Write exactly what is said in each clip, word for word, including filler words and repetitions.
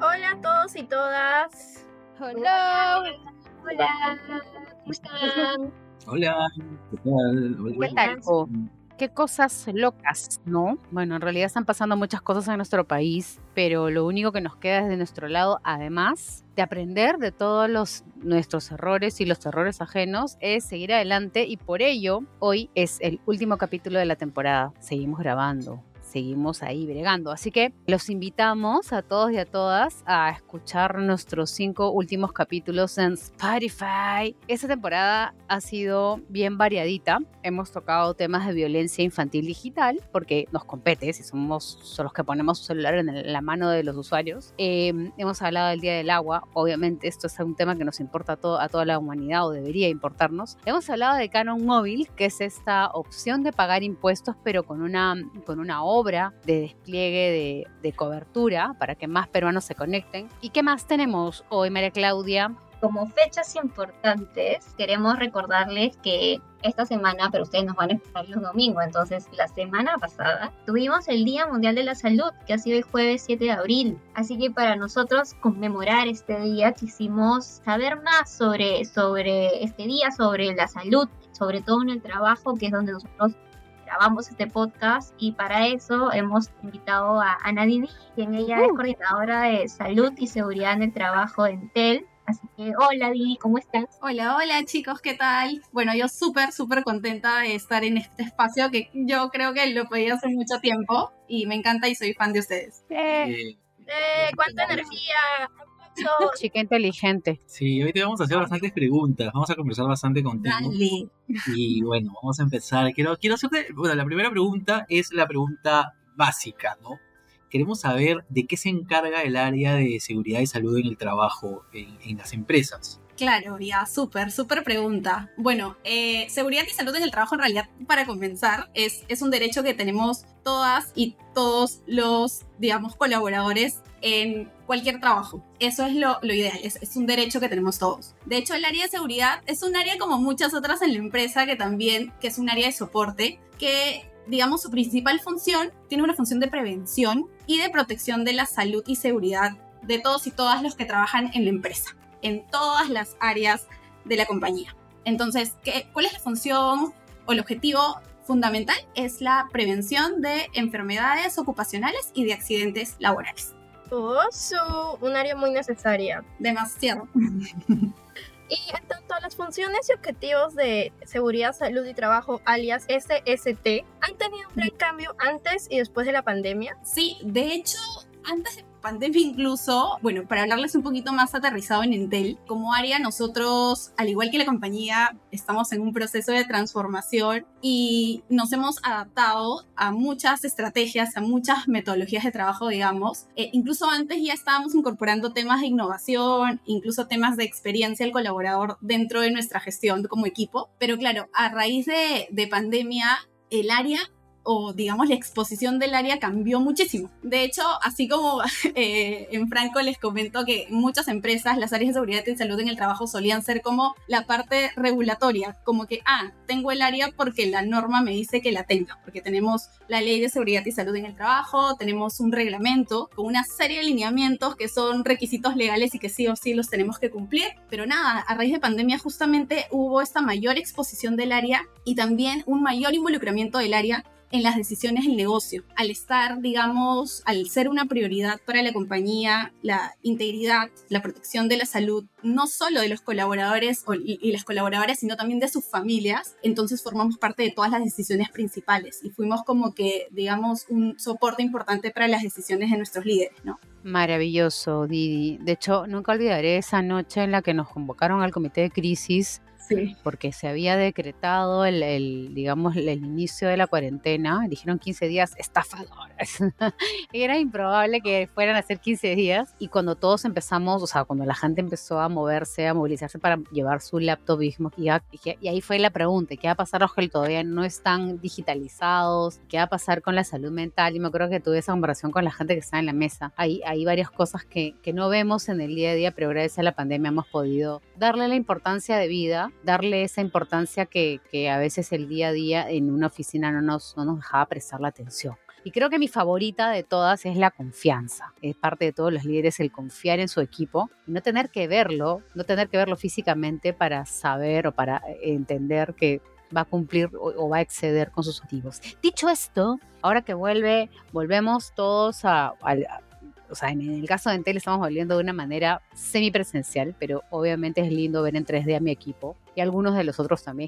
Hola a todos y todas. Hola. Hola, ¿cómo están? Hola, ¿qué tal? Hola. ¿Qué tal? po? Qué cosas locas, ¿no? Bueno, en realidad están pasando muchas cosas en nuestro país, pero lo único que nos queda es de nuestro lado, además de aprender de todos los, nuestros errores y los errores ajenos, es seguir adelante y por ello hoy es el último capítulo de la temporada. Seguimos grabando. Seguimos ahí bregando. Así que los invitamos a todos y a todas a escuchar nuestros cinco últimos capítulos en Spotify. Esta temporada ha sido bien variadita. Hemos tocado temas de violencia infantil digital, porque nos compete, si somos los que ponemos su celular en, el, en la mano de los usuarios. Eh, hemos hablado del Día del Agua. Obviamente esto es un tema que nos importa a, todo, a toda la humanidad, o debería importarnos. Hemos hablado de Canon Móvil, que es esta opción de pagar impuestos, pero con una, con una obra de despliegue de, de cobertura para que más peruanos se conecten. ¿Y qué más tenemos hoy, María Claudia? Como fechas importantes, queremos recordarles que esta semana, pero ustedes nos van a escuchar los domingos, entonces la semana pasada tuvimos el Día Mundial de la Salud, que ha sido el jueves siete de abril. Así que para nosotros conmemorar este día quisimos saber más sobre, sobre este día, sobre la salud, sobre todo en el trabajo, que es donde nosotros grabamos este podcast, y para eso hemos invitado a Ana Didi, quien ella uh. es coordinadora de salud y seguridad en el trabajo de Entel. Así que, hola Didi, ¿cómo estás? Hola, hola chicos, ¿qué tal? Bueno, yo súper, súper contenta de estar en este espacio que yo creo que lo pedí hace mucho tiempo y me encanta y soy fan de ustedes. Eh, ¡Eh! ¡Cuánta energía! Chica inteligente. Sí, hoy te vamos a hacer bastantes preguntas, vamos a conversar bastante contigo. Dale. Y bueno, vamos a empezar. Quiero, quiero hacerte, bueno, la primera pregunta es la pregunta básica, ¿no? Queremos saber de qué se encarga el área de seguridad y salud en el trabajo en, en las empresas. Claro, ya, súper, súper pregunta. Bueno, eh, seguridad y salud en el trabajo en realidad, para comenzar, es, es un derecho que tenemos todas y todos los, digamos, colaboradores en cualquier trabajo. Eso es lo, lo ideal, es, es un derecho que tenemos todos. De hecho, el área de seguridad es un área como muchas otras en la empresa, que también, que es un área de soporte, que, digamos, su principal función tiene una función de prevención y de protección de la salud y seguridad de todos y todas los que trabajan en la empresa, en todas las áreas de la compañía. Entonces, ¿qué, ¿cuál es la función o el objetivo fundamental? Es la prevención de enfermedades ocupacionales y de accidentes laborales. Oh, so, un área muy necesaria. Demasiado. Y en tanto a las funciones y objetivos de seguridad, salud y trabajo, alias S S T, ¿han tenido un gran cambio antes y después de la pandemia? Sí, de hecho, antes de pandemia incluso, bueno, para hablarles un poquito más aterrizado en Entel, como área nosotros, al igual que la compañía, estamos en un proceso de transformación y nos hemos adaptado a muchas estrategias, a muchas metodologías de trabajo, digamos. Eh, incluso antes ya estábamos incorporando temas de innovación, incluso temas de experiencia del colaborador dentro de nuestra gestión como equipo. Pero claro, a raíz de, de pandemia, el área o digamos la exposición del área cambió muchísimo. De hecho, así como eh, en Franco les comento que en muchas empresas las áreas de seguridad y salud en el trabajo solían ser como la parte regulatoria, como que, ah, tengo el área porque la norma me dice que la tenga, porque tenemos la ley de seguridad y salud en el trabajo, tenemos un reglamento con una serie de lineamientos que son requisitos legales y que sí o sí los tenemos que cumplir, pero nada, a raíz de pandemia justamente hubo esta mayor exposición del área y también un mayor involucramiento del área en las decisiones del negocio. Al estar, digamos, al ser una prioridad para la compañía, la integridad, la protección de la salud, no solo de los colaboradores y, y las colaboradoras, sino también de sus familias, entonces formamos parte de todas las decisiones principales y fuimos como que, digamos, un soporte importante para las decisiones de nuestros líderes, ¿no? Maravilloso, Didi. De hecho, nunca olvidaré esa noche en la que nos convocaron al comité de crisis. Sí. Porque se había decretado el, el, digamos, el inicio de la cuarentena. Dijeron quince días estafadoras. Era improbable que fueran a ser quince días. Y cuando todos empezamos, o sea, cuando la gente empezó a moverse, a movilizarse para llevar su laptop, dijimos, y, ya, y ahí fue la pregunta, ¿qué va a pasar los que todavía no están digitalizados? ¿Qué va a pasar con la salud mental? Y me acuerdo que tuve esa conversación con la gente que estaba en la mesa. Hay, hay varias cosas que, que no vemos en el día a día, pero gracias a la pandemia hemos podido darle la importancia de vida, darle esa importancia que, que a veces el día a día en una oficina no nos, no nos dejaba prestar la atención. Y creo que mi favorita de todas es la confianza. Es parte de todos los líderes el confiar en su equipo y no tener que verlo, no tener que verlo físicamente para saber o para entender que va a cumplir o, o va a exceder con sus objetivos. Dicho esto, ahora que vuelve, volvemos todos a, a, a o sea, en el caso de Entel estamos volviendo de una manera semipresencial, pero obviamente es lindo ver en tres D a mi equipo y algunos de los otros también.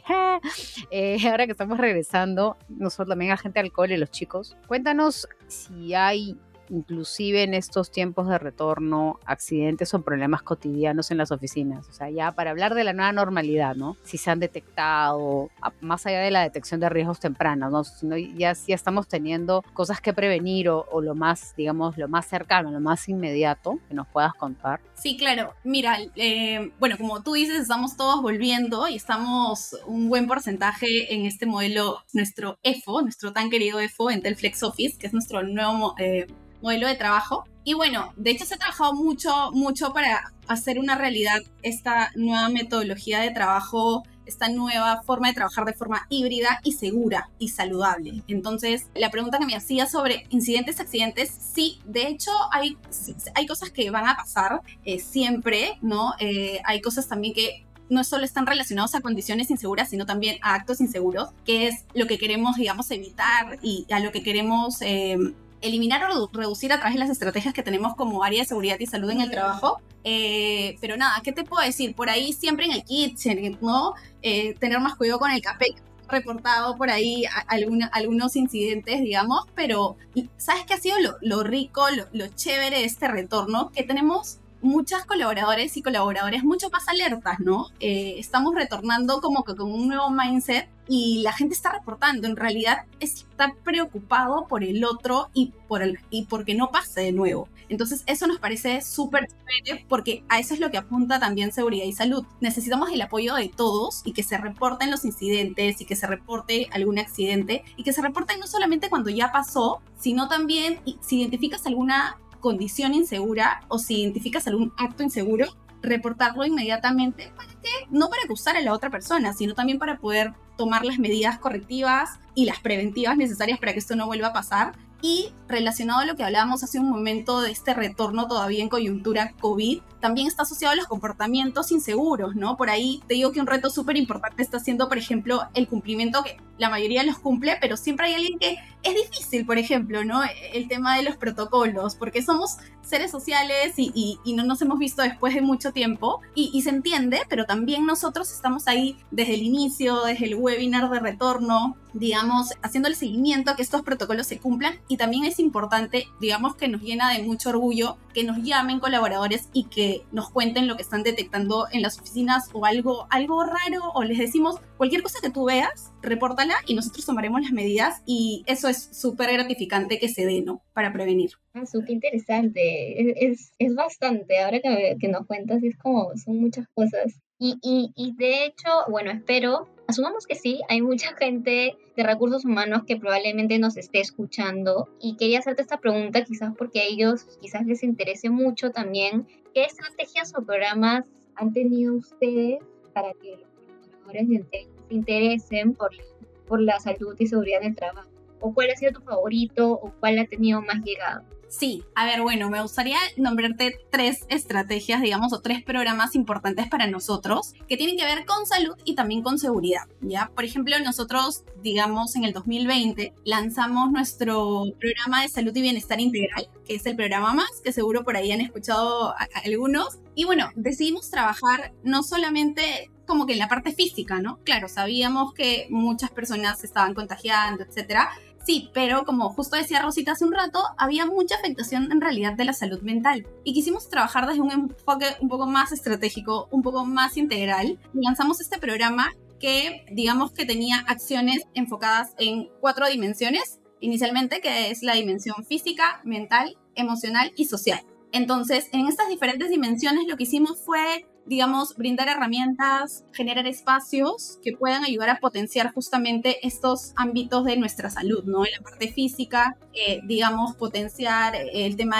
Eh, ahora que estamos regresando, nosotros también a gente al cole, los chicos, cuéntanos si hay inclusive en estos tiempos de retorno, accidentes o problemas cotidianos en las oficinas. O sea, ya para hablar de la nueva normalidad, ¿no? Si se han detectado, más allá de la detección de riesgos tempranos, ¿no? Sino ya, ya estamos teniendo cosas que prevenir o, o lo más, digamos, lo más cercano, lo más inmediato que nos puedas contar. Sí, claro. Mira, eh, bueno, como tú dices, estamos todos volviendo y estamos un buen porcentaje en este modelo, nuestro E F O, nuestro tan querido E F O, Entel Flex Office, que es nuestro nuevo eh, modelo de trabajo. Y bueno, de hecho se ha trabajado mucho, mucho para hacer una realidad esta nueva metodología de trabajo, esta nueva forma de trabajar de forma híbrida y segura y saludable. Entonces, la pregunta que me hacía sobre incidentes, accidentes, sí, de hecho hay, hay cosas que van a pasar eh, siempre, ¿no? Eh, hay cosas también que no solo están relacionados a condiciones inseguras, sino también a actos inseguros, que es lo que queremos, digamos, evitar y a lo que queremos eh, eliminar o reducir a través de las estrategias que tenemos como área de seguridad y salud en el trabajo. Eh, pero nada, ¿qué te puedo decir? Por ahí siempre en el kitchen, ¿no? Eh, tener más cuidado con el café. Reportado por ahí a, a alguna, algunos incidentes, digamos, pero ¿sabes qué ha sido lo, lo rico, lo, lo chévere de este retorno? Que tenemos muchos colaboradores y colaboradores mucho más alertas, ¿no? Eh, estamos retornando como que con un nuevo mindset y la gente está reportando, en realidad está preocupado por el otro y por el y porque no pase de nuevo. Entonces eso nos parece súper chévere porque a eso es lo que apunta también seguridad y salud. Necesitamos el apoyo de todos y que se reporten los incidentes y que se reporte algún accidente y que se reporten no solamente cuando ya pasó, sino también si identificas alguna condición insegura o si identificas algún acto inseguro, reportarlo inmediatamente para que, no para acusar a la otra persona, sino también para poder tomar las medidas correctivas y las preventivas necesarias para que esto no vuelva a pasar. Y relacionado a lo que hablábamos hace un momento de este retorno todavía en coyuntura COVID, también está asociado a los comportamientos inseguros, ¿no? Por ahí te digo que un reto súper importante está siendo, por ejemplo, el cumplimiento, que la mayoría los cumple, pero siempre hay alguien que es difícil, por ejemplo, ¿no? El tema de los protocolos, porque somos seres sociales y, y, y no nos hemos visto después de mucho tiempo y, y se entiende, pero también nosotros estamos ahí desde el inicio, desde el webinar de retorno, digamos, haciendo el seguimiento a que estos protocolos se cumplan. Y también es importante, digamos, que nos llena de mucho orgullo que nos llamen colaboradores y que nos cuenten lo que están detectando en las oficinas o algo, algo raro, o les decimos cualquier cosa que tú veas, repórtala y nosotros tomaremos las medidas, y eso es súper gratificante que se dé, ¿no? Para prevenir. Ah, súper interesante, es, es, es bastante, ahora que, que nos cuentas, es como, son muchas cosas. Y, y, y de hecho, bueno, espero, asumamos que sí, hay mucha gente de recursos humanos que probablemente nos esté escuchando, y quería hacerte esta pregunta quizás porque a ellos quizás les interese mucho también. ¿Qué estrategias o programas han tenido ustedes para que los colaboradores de Entel se interesen por, por la salud y seguridad del trabajo? ¿O cuál ha sido tu favorito o cuál ha tenido más llegado? Sí, a ver, bueno, me gustaría nombrarte tres estrategias, digamos, o tres programas importantes para nosotros que tienen que ver con salud y también con seguridad, ¿ya? Por ejemplo, nosotros, digamos, en el dos mil veinte lanzamos nuestro programa de salud y bienestar integral, que es el programa más, que seguro por ahí han escuchado a, a algunos. Y bueno, decidimos trabajar no solamente como que en la parte física, ¿no? Claro, sabíamos que muchas personas se estaban contagiando, etcétera. Sí, pero como justo decía Rosita hace un rato, había mucha afectación en realidad de la salud mental. Y quisimos trabajar desde un enfoque un poco más estratégico, un poco más integral. Y lanzamos este programa que, digamos que tenía acciones enfocadas en cuatro dimensiones, inicialmente, que es la dimensión física, mental, emocional y social. Entonces, en estas diferentes dimensiones lo que hicimos fue, digamos, brindar herramientas, generar espacios que puedan ayudar a potenciar justamente estos ámbitos de nuestra salud, ¿no? En la parte física, eh, digamos, potenciar el tema del,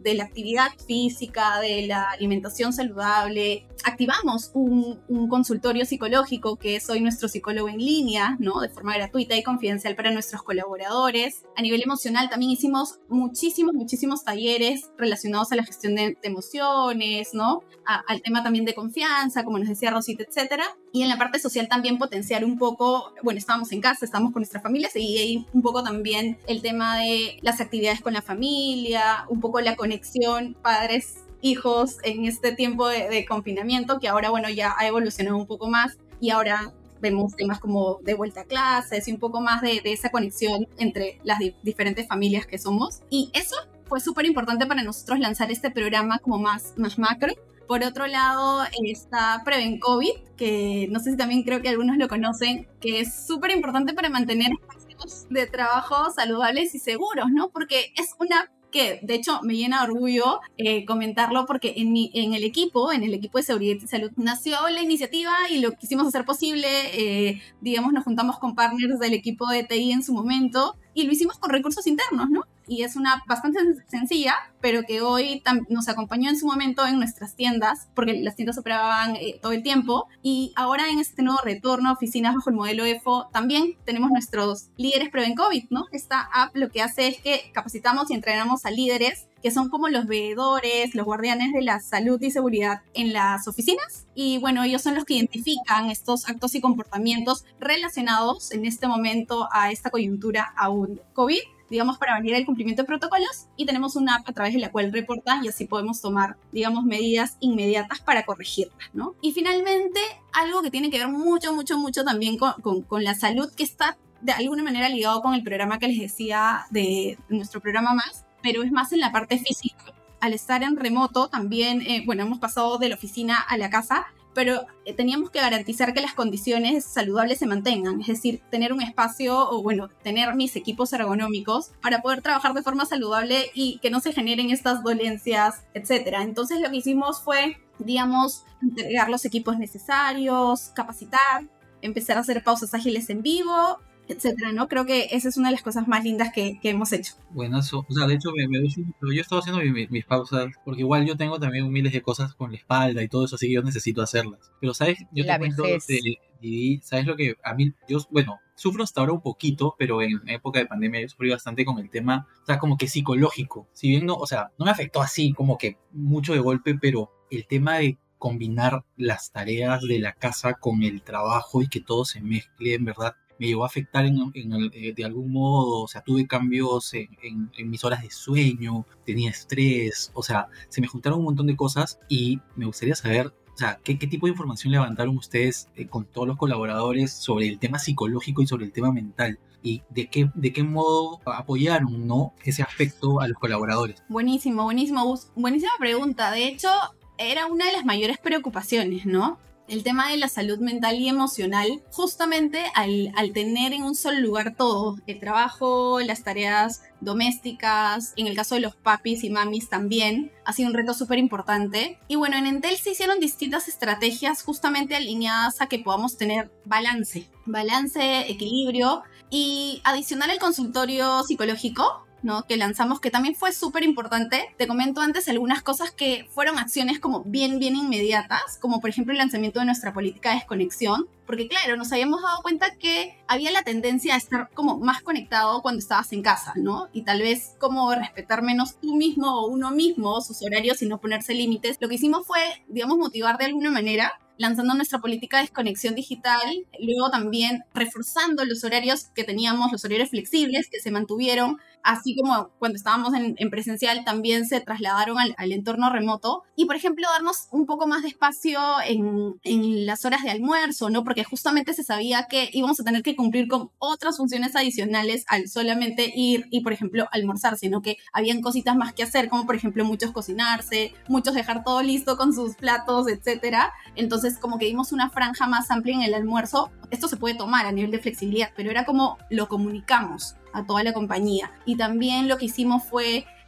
de la actividad física, de la alimentación saludable. Activamos un, un consultorio psicológico que es hoy nuestro psicólogo en línea, ¿no? De forma gratuita y confidencial para nuestros colaboradores. A nivel emocional también hicimos muchísimos, muchísimos talleres relacionados a la gestión de, de emociones, ¿no? A, al tema también de confianza, como nos decía Rosita, etcétera. Y en la parte social también potenciar un poco, bueno, estábamos en casa, estábamos con nuestras familias y ahí un poco también el tema de las actividades con la familia, un poco la conexión padres hijos en este tiempo de, de confinamiento, que ahora, bueno, ya ha evolucionado un poco más y ahora vemos temas como de vuelta a clases y un poco más de, de esa conexión entre las di- diferentes familias que somos. Y eso fue súper importante para nosotros lanzar este programa como más, más macro. Por otro lado está Preven COVID, que no sé si también creo que algunos lo conocen, que es súper importante para mantener espacios de trabajo saludables y seguros, ¿no? Porque es una que de hecho me llena de orgullo eh, comentarlo porque en, mi, en el equipo, en el equipo de seguridad y salud, nació la iniciativa y lo quisimos hacer posible, eh, digamos, nos juntamos con partners del equipo de T I en su momento y lo hicimos con recursos internos, ¿no? Y es una bastante sencilla, pero que hoy tam- nos acompañó en su momento en nuestras tiendas, porque las tiendas operaban eh, todo el tiempo, y ahora en este nuevo retorno a oficinas bajo el modelo E F O, también tenemos nuestros líderes Preven COVID, ¿no? Esta app lo que hace es que capacitamos y entrenamos a líderes que son como los veedores, los guardianes de la salud y seguridad en las oficinas. Y bueno, ellos son los que identifican estos actos y comportamientos relacionados en este momento a esta coyuntura aún COVID, digamos, para validar el cumplimiento de protocolos, y tenemos una app a través de la cual reportan y así podemos tomar, digamos, medidas inmediatas para corregirlas, ¿no? Y finalmente, algo que tiene que ver mucho, mucho, mucho también con, con, con la salud, que está de alguna manera ligado con el programa que les decía de nuestro programa Más, pero es más en la parte física. Al estar en remoto también, eh, bueno, hemos pasado de la oficina a la casa, pero eh, teníamos que garantizar que las condiciones saludables se mantengan, es decir, tener un espacio o, bueno, tener mis equipos ergonómicos para poder trabajar de forma saludable y que no se generen estas dolencias, etcétera. Entonces lo que hicimos fue, digamos, entregar los equipos necesarios, capacitar, empezar a hacer pausas ágiles en vivo, etcétera, ¿no? Creo que esa es una de las cosas más lindas que, que hemos hecho. Bueno, eso, o sea, de hecho me, me gusta, pero yo estaba haciendo mi- mi- mis pausas, porque igual yo tengo también miles de cosas con la espalda y todo eso, así que yo necesito hacerlas. Pero, ¿sabes? Yo La te cuento, vejez. de- Didi, ¿sabes lo que a mí, yo, bueno, sufro hasta ahora un poquito, pero en época de pandemia yo sufrí bastante con el tema, o sea, como que psicológico. Si bien no, o sea, no me afectó así como que mucho de golpe, pero el tema de combinar las tareas de la casa con el trabajo y que todo se mezcle, en verdad, me llegó a afectar en, en el- eh, de algún modo. O sea, tuve cambios en, en- en mis horas de sueño, tenía estrés, o sea, se me juntaron un montón de cosas y me gustaría saber, o sea, ¿qué, qué tipo de información levantaron ustedes eh, con todos los colaboradores sobre el tema psicológico y sobre el tema mental? ¿Y de qué, de qué modo apoyaron, ¿no?, ese aspecto a los colaboradores? Buenísimo, buenísimo, Gus. Buenísima pregunta. De hecho, era una de las mayores preocupaciones, ¿no? El tema de la salud mental y emocional, justamente al, al tener en un solo lugar todo, el trabajo, las tareas domésticas, en el caso de los papis y mamis también, ha sido un reto súper importante. Y bueno, en Entel se hicieron distintas estrategias justamente alineadas a que podamos tener balance, balance, equilibrio, y adicional al consultorio psicológico, ¿no?, que lanzamos, que también fue súper importante. Te comento antes algunas cosas que fueron acciones como bien, bien inmediatas, como por ejemplo el lanzamiento de nuestra política de desconexión, porque claro, nos habíamos dado cuenta que había la tendencia a estar como más conectado cuando estabas en casa, ¿no? Y tal vez como respetar menos tú mismo o uno mismo sus horarios y no ponerse límites. Lo que hicimos fue, digamos, motivar de alguna manera, lanzando nuestra política de desconexión digital, luego también reforzando los horarios que teníamos, los horarios flexibles que se mantuvieron, así como cuando estábamos en, en presencial también se trasladaron al, al entorno remoto, y por ejemplo darnos un poco más de espacio en, en las horas de almuerzo, ¿no? Porque justamente se sabía que íbamos a tener que cumplir con otras funciones adicionales al solamente ir y por ejemplo almorzar, sino que habían cositas más que hacer, como por ejemplo muchos cocinarse, muchos dejar todo listo con sus platos, etcétera. Entonces como que dimos una franja más amplia en el almuerzo. Esto se puede tomar a nivel de flexibilidad, pero era como lo comunicamos a toda la compañía. Y también lo que hicimos fue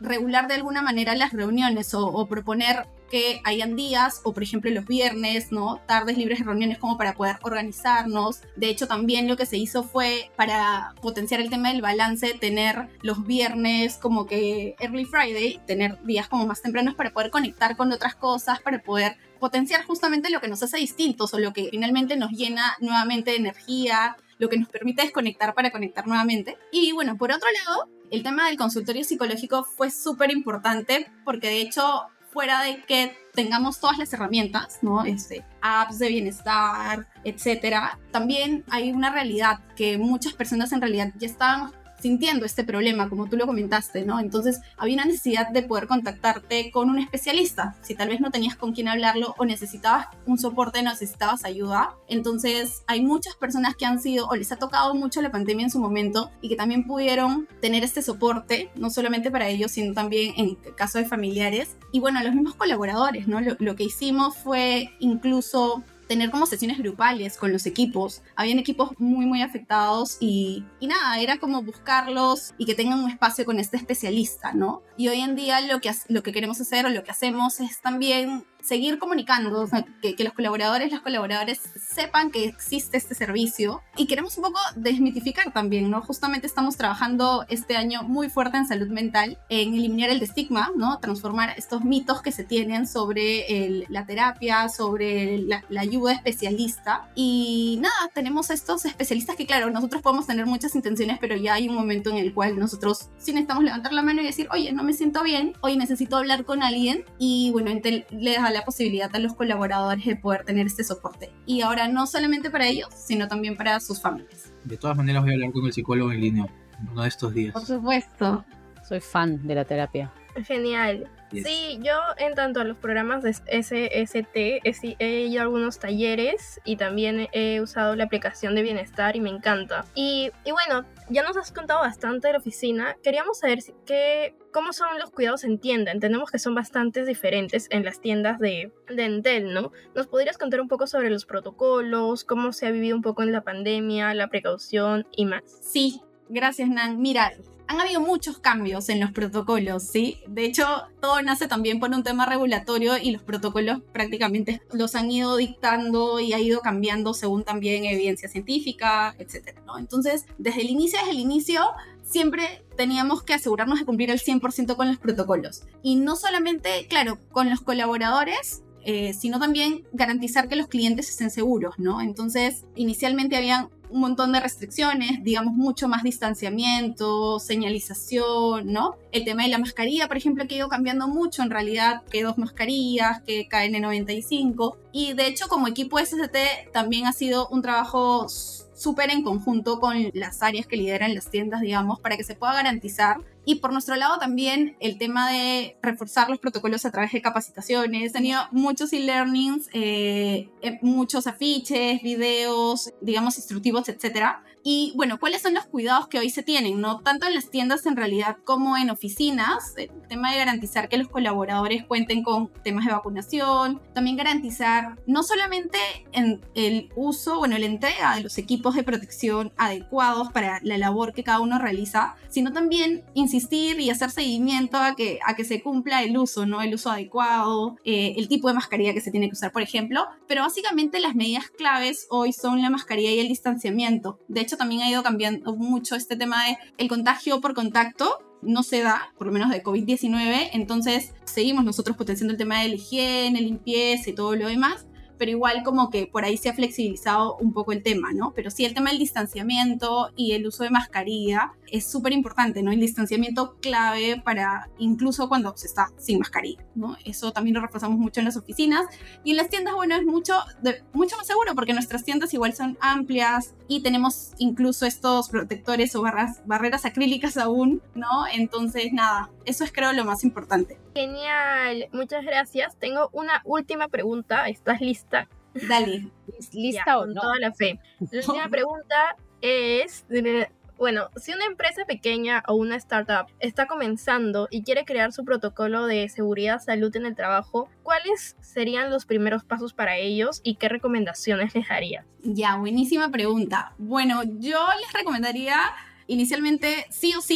regular de alguna manera las reuniones o, o proponer que hayan días o por ejemplo los viernes, ¿no? Tardes libres de reuniones como para poder organizarnos. De hecho también lo que se hizo fue para potenciar el tema del balance, tener los viernes como que early Friday, tener días como más tempranos para poder conectar con otras cosas, para poder potenciar justamente lo que nos hace distintos o lo que finalmente nos llena nuevamente de energía, lo que nos permite desconectar para conectar nuevamente. Y bueno, por otro lado, el tema del consultorio psicológico fue súper importante porque de hecho, fuera de que tengamos todas las herramientas, ¿no? Este, apps de bienestar, etcétera, también hay una realidad que muchas personas en realidad ya estaban sintiendo este problema, como tú lo comentaste, ¿no? Entonces había una necesidad de poder contactarte con un especialista, si tal vez no tenías con quién hablarlo o necesitabas un soporte, necesitabas ayuda. Entonces hay muchas personas que han sido o les ha tocado mucho la pandemia en su momento y que también pudieron tener este soporte, no solamente para ellos, sino también en el caso de familiares. Y bueno, los mismos colaboradores, ¿no? Lo, lo que hicimos fue incluso tener como sesiones grupales con los equipos. Habían equipos muy, muy afectados y, y nada, era como buscarlos y que tengan un espacio con este especialista, ¿no? Y hoy en día lo que, lo que queremos hacer o lo que hacemos es también seguir comunicando, o sea, que, que los colaboradores, las colaboradoras sepan que existe este servicio y queremos un poco desmitificar también, ¿no? Justamente estamos trabajando este año muy fuerte en salud mental, en eliminar el estigma, ¿no? Transformar estos mitos que se tienen sobre el, la terapia, sobre la, la ayuda especialista y nada, tenemos estos especialistas que claro, nosotros podemos tener muchas intenciones, pero ya hay un momento en el cual nosotros sí necesitamos levantar la mano y decir, oye, no me siento bien, hoy necesito hablar con alguien y bueno, entonces le da la posibilidad a los colaboradores de poder tener este soporte. Y ahora no solamente para ellos, sino también para sus familias. De todas maneras voy a hablar con el psicólogo en línea uno de estos días. Por supuesto. Soy fan de la terapia. Genial. Yes. Sí, yo en tanto a los programas de S S T he, he ido a algunos talleres y también he usado la aplicación de bienestar y me encanta. Y, y bueno, ya nos has contado bastante de la oficina. Queríamos saber si, qué, cómo son los cuidados en tienda. Entendemos que son bastante diferentes en las tiendas de, de Entel, ¿no? ¿Nos podrías contar un poco sobre los protocolos, cómo se ha vivido un poco en la pandemia, la precaución y más? Sí, gracias, Nan. Mira, han habido muchos cambios en los protocolos, ¿sí? De hecho, todo nace también por un tema regulatorio y los protocolos prácticamente los han ido dictando y ha ido cambiando según también evidencia científica, etcétera, ¿no? Entonces, desde el inicio, desde el inicio, siempre teníamos que asegurarnos de cumplir al cien por ciento con los protocolos. Y no solamente, claro, con los colaboradores, eh, sino también garantizar que los clientes estén seguros, ¿no? Entonces, inicialmente habían un montón de restricciones, digamos mucho más distanciamiento, señalización, ¿no? El tema de la mascarilla, por ejemplo, que ha ido cambiando mucho en realidad, que dos mascarillas, que K N noventa y cinco, y de hecho como equipo S S T también ha sido un trabajo súper en conjunto con las áreas que lideran las tiendas, digamos, para que se pueda garantizar. Y por nuestro lado también el tema de reforzar los protocolos a través de capacitaciones. He tenido muchos e-learnings, eh, muchos afiches, videos, digamos, instructivos, etcétera. Y bueno, ¿cuáles son los cuidados que hoy se tienen, no? Tanto en las tiendas en realidad como en oficinas. El tema de garantizar que los colaboradores cuenten con temas de vacunación. También garantizar no solamente en el uso, bueno, la entrega de los equipos de protección adecuados para la labor que cada uno realiza, sino también insistir y hacer seguimiento a que, a que se cumpla el uso, ¿no? El uso adecuado, eh, el tipo de mascarilla que se tiene que usar, por ejemplo. Pero básicamente las medidas claves hoy son la mascarilla y el distanciamiento. De hecho, también ha ido cambiando mucho este tema de el contagio por contacto. No se da, por lo menos de COVID diecinueve, entonces seguimos nosotros potenciando el tema de la higiene, limpieza y todo lo demás, pero igual como que por ahí se ha flexibilizado un poco el tema, ¿no? Pero sí el tema del distanciamiento y el uso de mascarilla es súper importante, ¿no? El distanciamiento clave para incluso cuando se está sin mascarilla, ¿no? Eso también lo reforzamos mucho en las oficinas y en las tiendas, bueno, es mucho, de, mucho más seguro porque nuestras tiendas igual son amplias y tenemos incluso estos protectores o barras, barreras acrílicas aún, ¿no? Entonces, nada, eso es creo lo más importante. Genial, muchas gracias. Tengo una última pregunta, ¿estás lista? Dale. ¿Lista Ya, o con no? toda la fe. La última pregunta es, bueno, si una empresa pequeña o una startup está comenzando y quiere crear su protocolo de seguridad, salud en el trabajo, ¿cuáles serían los primeros pasos para ellos y qué recomendaciones les darías? Ya, buenísima pregunta. Bueno, yo les recomendaría inicialmente sí o sí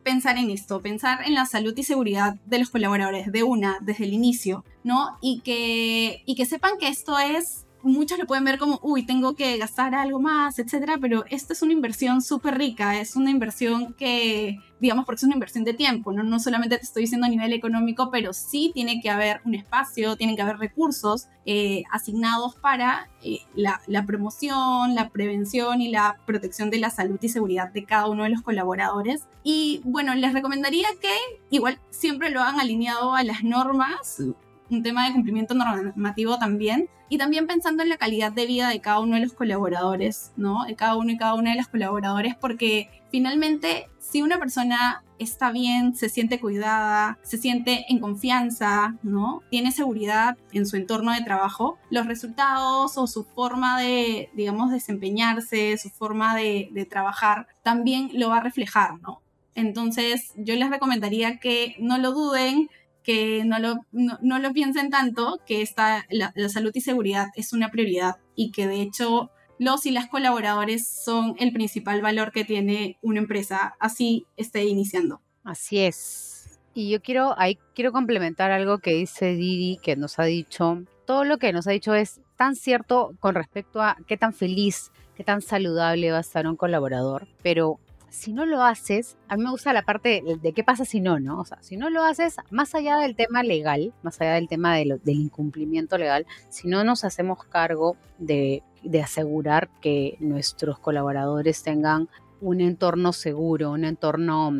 pensar en esto, pensar en la salud y seguridad de los colaboradores de una, desde el inicio, ¿no? Y que, y que sepan que esto es, muchos lo pueden ver como, uy, tengo que gastar algo más, etcétera, pero esto es una inversión súper rica, es una inversión que, digamos, porque es una inversión de tiempo, ¿no? No solamente te estoy diciendo a nivel económico, pero sí tiene que haber un espacio, tienen que haber recursos eh, asignados para eh, la, la promoción, la prevención y la protección de la salud y seguridad de cada uno de los colaboradores. Y bueno, les recomendaría que igual siempre lo hagan alineado a las normas, un tema de cumplimiento normativo también, y también pensando en la calidad de vida de cada uno de los colaboradores, ¿no? De cada uno y cada una de los colaboradores, porque finalmente, si una persona está bien, se siente cuidada, se siente en confianza, ¿no? Tiene seguridad en su entorno de trabajo, los resultados o su forma de, digamos, desempeñarse, su forma de, de trabajar, también lo va a reflejar, ¿no? Entonces, yo les recomendaría que no lo duden, que no lo, no, no lo piensen tanto, que esta, la, la salud y seguridad es una prioridad y que de hecho los y las colaboradores son el principal valor que tiene una empresa, así esté iniciando. Así es. Y yo quiero, ahí quiero complementar algo que dice Didi, que nos ha dicho. Todo lo que nos ha dicho es tan cierto con respecto a qué tan feliz, qué tan saludable va a estar un colaborador, pero si no lo haces, a mí me gusta la parte de, de qué pasa si no, ¿no? O sea, si no lo haces, más allá del tema legal, más allá del tema de lo, del incumplimiento legal, si no nos hacemos cargo de, de asegurar que nuestros colaboradores tengan un entorno seguro, un entorno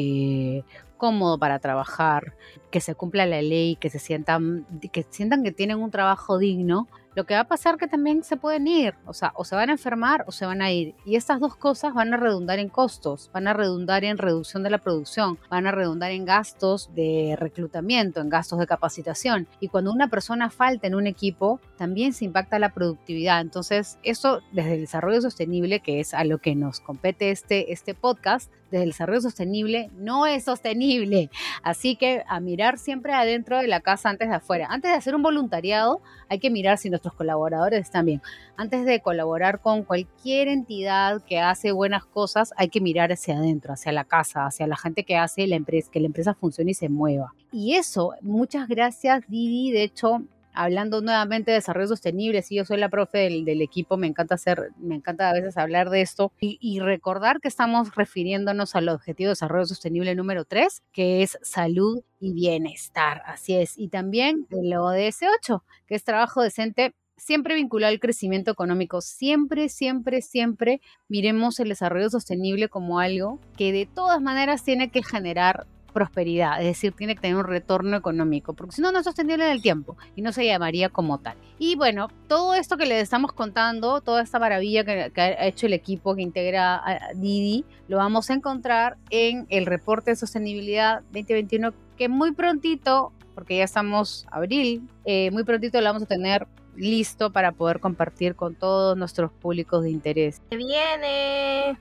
eh, cómodo para trabajar, que se cumpla la ley, que se sientan, que sientan que tienen un trabajo digno, lo que va a pasar es que también se pueden ir, o sea, o se van a enfermar o se van a ir. Y estas dos cosas van a redundar en costos, van a redundar en reducción de la producción, van a redundar en gastos de reclutamiento, en gastos de capacitación. Y cuando una persona falta en un equipo, también se impacta la productividad. Entonces, eso desde el desarrollo sostenible, que es a lo que nos compete este, este podcast, desde el desarrollo sostenible no es sostenible. Así que a mirar siempre adentro de la casa antes de afuera. Antes de hacer un voluntariado, hay que mirar si nuestros colaboradores están bien. Antes de colaborar con cualquier entidad que hace buenas cosas, hay que mirar hacia adentro, hacia la casa, hacia la gente que hace la empresa, que la empresa funcione y se mueva. Y eso, muchas gracias, Didi. De hecho, hablando nuevamente de desarrollo sostenible, sí, yo soy la profe del, del equipo, me encanta hacer, me encanta a veces hablar de esto y, y recordar que estamos refiriéndonos al objetivo de desarrollo sostenible número tres, que es salud y bienestar, así es, y también el O D S ocho, que es trabajo decente, siempre vinculado al crecimiento económico. Siempre, siempre, siempre miremos el desarrollo sostenible como algo que de todas maneras tiene que generar prosperidad, es decir, tiene que tener un retorno económico, porque si no, no es sostenible en el tiempo y no se llamaría como tal. Y bueno, todo esto que les estamos contando, toda esta maravilla que, que ha hecho el equipo que integra a Didi, lo vamos a encontrar en el reporte de sostenibilidad veinte veintiuno, que muy prontito, porque ya estamos abril, eh, muy prontito lo vamos a tener listo para poder compartir con todos nuestros públicos de interés. ¡Que viene!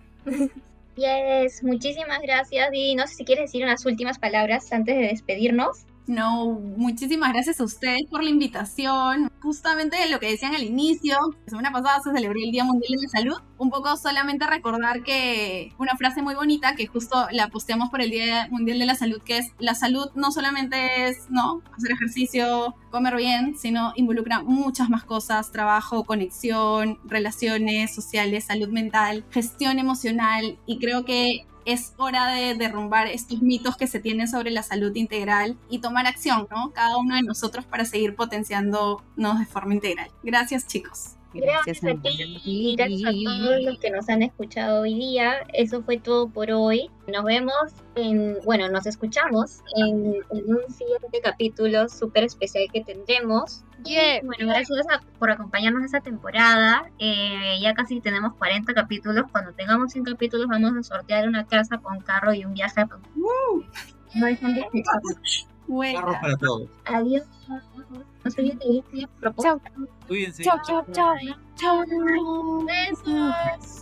Yes, muchísimas gracias, Didi. No sé si quieres decir unas últimas palabras antes de despedirnos. No, muchísimas gracias a ustedes por la invitación. Justamente lo que decían al inicio, la semana pasada se celebró el Día Mundial de la Salud. Un poco solamente recordar que una frase muy bonita que justo la posteamos por el Día Mundial de la Salud, que es: la salud no solamente es, ¿no?, hacer ejercicio, comer bien, sino involucra muchas más cosas: trabajo, conexión, relaciones sociales, salud mental, gestión emocional. Y creo que es hora de derrumbar estos mitos que se tienen sobre la salud integral y tomar acción, ¿no?, cada uno de nosotros, para seguir potenciándonos de forma integral. Gracias, chicos. Gracias, gracias a ti y gracias a todos los que nos han escuchado hoy día. Eso fue todo por hoy. Nos vemos en, bueno, nos escuchamos en, en un siguiente capítulo súper especial que tendremos. Yeah. Y bueno, gracias a, por acompañarnos esta temporada. Eh, ya casi tenemos cuarenta capítulos. Cuando tengamos cien capítulos vamos a sortear una casa con carro y un viaje. Uh, no dejan de escucharnos. Carros para todos. Adiós. No se olviden de Chao. Cuídense. Chao, chao, chao. Chao. Besos.